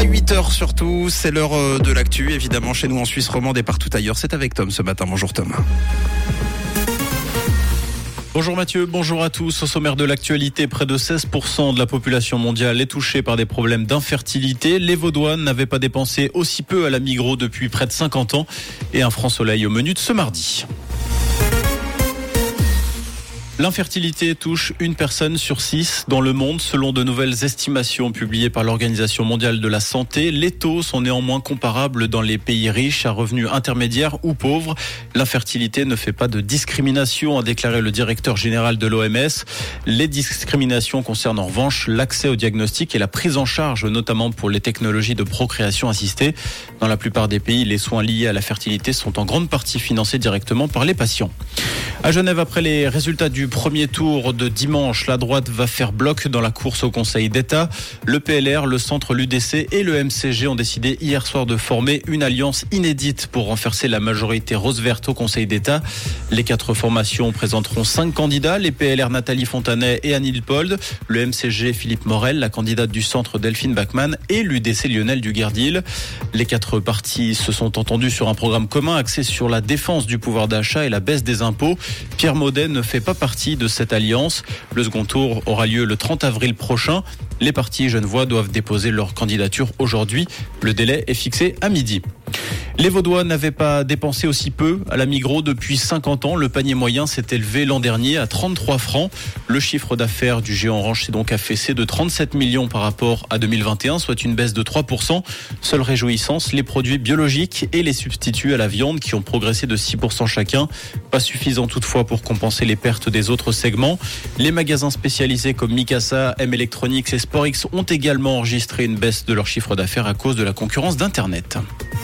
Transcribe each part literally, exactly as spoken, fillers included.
huit heures surtout, c'est l'heure de l'actu, évidemment chez nous en Suisse romande et partout ailleurs. C'est avec Tom ce matin. Bonjour Tom. Bonjour Mathieu, bonjour à tous. Au sommaire de l'actualité, près de seize pour cent de la population mondiale est touchée par des problèmes d'infertilité. Les Vaudois n'avaient pas dépensé aussi peu à la Migros depuis près de cinquante ans. Et un franc soleil au menu de ce mardi. L'infertilité touche une personne sur six dans le monde, selon de nouvelles estimations publiées par l'Organisation mondiale de la santé. Les taux sont néanmoins comparables dans les pays riches à revenus intermédiaires ou pauvres. L'infertilité ne fait pas de discrimination, a déclaré le directeur général de l'O M S. Les discriminations concernent en revanche l'accès au diagnostic et la prise en charge, notamment pour les technologies de procréation assistée. Dans la plupart des pays, les soins liés à la fertilité sont en grande partie financés directement par les patients. À Genève, après les résultats du premier tour de dimanche, la droite va faire bloc dans la course au Conseil d'État. Le P L R, le Centre, l'U D C et le M C G ont décidé hier soir de former une alliance inédite pour renforcer la majorité rose-verte au Conseil d'État. Les quatre formations présenteront cinq candidats, les P L R Nathalie Fontanet et Anne Hilpold, le M C G Philippe Morel, la candidate du Centre Delphine Bachmann et l'U D C Lionel Dugardil. Les quatre partis se sont entendus sur un programme commun axé sur la défense du pouvoir d'achat et la baisse des impôts. Pierre Maudet ne fait pas partie de cette alliance. Le second tour aura lieu le trente avril prochain. Les partis genevois doivent déposer leur candidature aujourd'hui. Le délai est fixé à midi. Les Vaudois n'avaient pas dépensé aussi peu à la Migros depuis cinquante ans. Le panier moyen s'est élevé l'an dernier à trente-trois francs. Le chiffre d'affaires du géant orange s'est donc affaissé de trente-sept millions par rapport à deux mille vingt et un, soit une baisse de trois pour cent. Seule réjouissance, les produits biologiques et les substituts à la viande qui ont progressé de six pour cent chacun. Pas suffisant toutefois pour compenser les pertes des autres segments. Les magasins spécialisés comme Mikasa, M Electronics et Sporix ont également enregistré une baisse de leur chiffre d'affaires à cause de la concurrence d'Internet.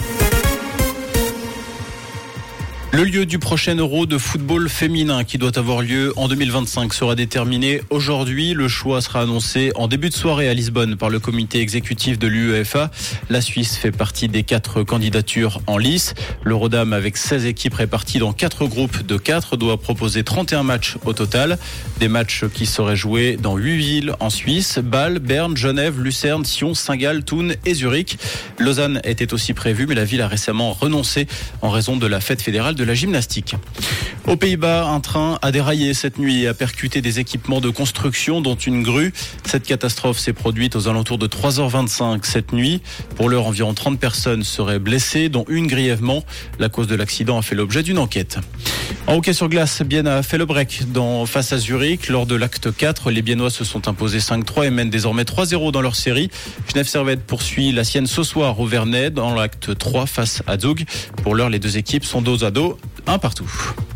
Le lieu du prochain Euro de football féminin qui doit avoir lieu en deux mille vingt-cinq sera déterminé aujourd'hui. Le choix sera annoncé en début de soirée à Lisbonne par le comité exécutif de l'U E F A. La Suisse fait partie des quatre candidatures en lice. L'Eurodame, avec seize équipes réparties dans quatre groupes de quatre, doit proposer trente et un matchs au total. Des matchs qui seraient joués dans huit villes en Suisse: Bâle, Berne, Genève, Lucerne, Sion, Saint-Gall, Thun et Zurich. Lausanne était aussi prévue, mais la ville a récemment renoncé en raison de la fête fédérale de de la gymnastique. Aux Pays-Bas, un train a déraillé cette nuit et a percuté des équipements de construction, dont une grue. Cette catastrophe s'est produite aux alentours de trois heures vingt-cinq cette nuit. Pour l'heure, environ trente personnes seraient blessées, dont une grièvement. La cause de l'accident a fait l'objet d'une enquête. En hockey sur glace, Bienne a fait le break dans, face à Zurich. Lors de l'acte quatre, les Biennois se sont imposés cinq trois et mènent désormais trois zéro dans leur série. Genève Servette poursuit la sienne ce soir au Vernet dans l'acte trois face à Zug. Pour l'heure, les deux équipes sont dos à dos, un partout.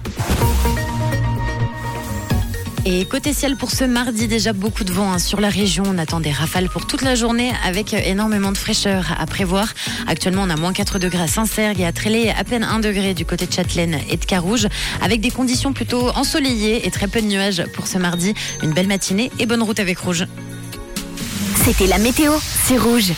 Et côté ciel pour ce mardi, déjà beaucoup de vent hein, sur la région. On attend des rafales pour toute la journée avec énormément de fraîcheur à prévoir. Actuellement, on a moins quatre degrés à Saint-Cergue et à Trélé, à peine un degré du côté de Châtelaine et de Carouge, avec des conditions plutôt ensoleillées et très peu de nuages pour ce mardi. Une belle matinée et bonne route avec Rouge. C'était la météo, c'est Rouge.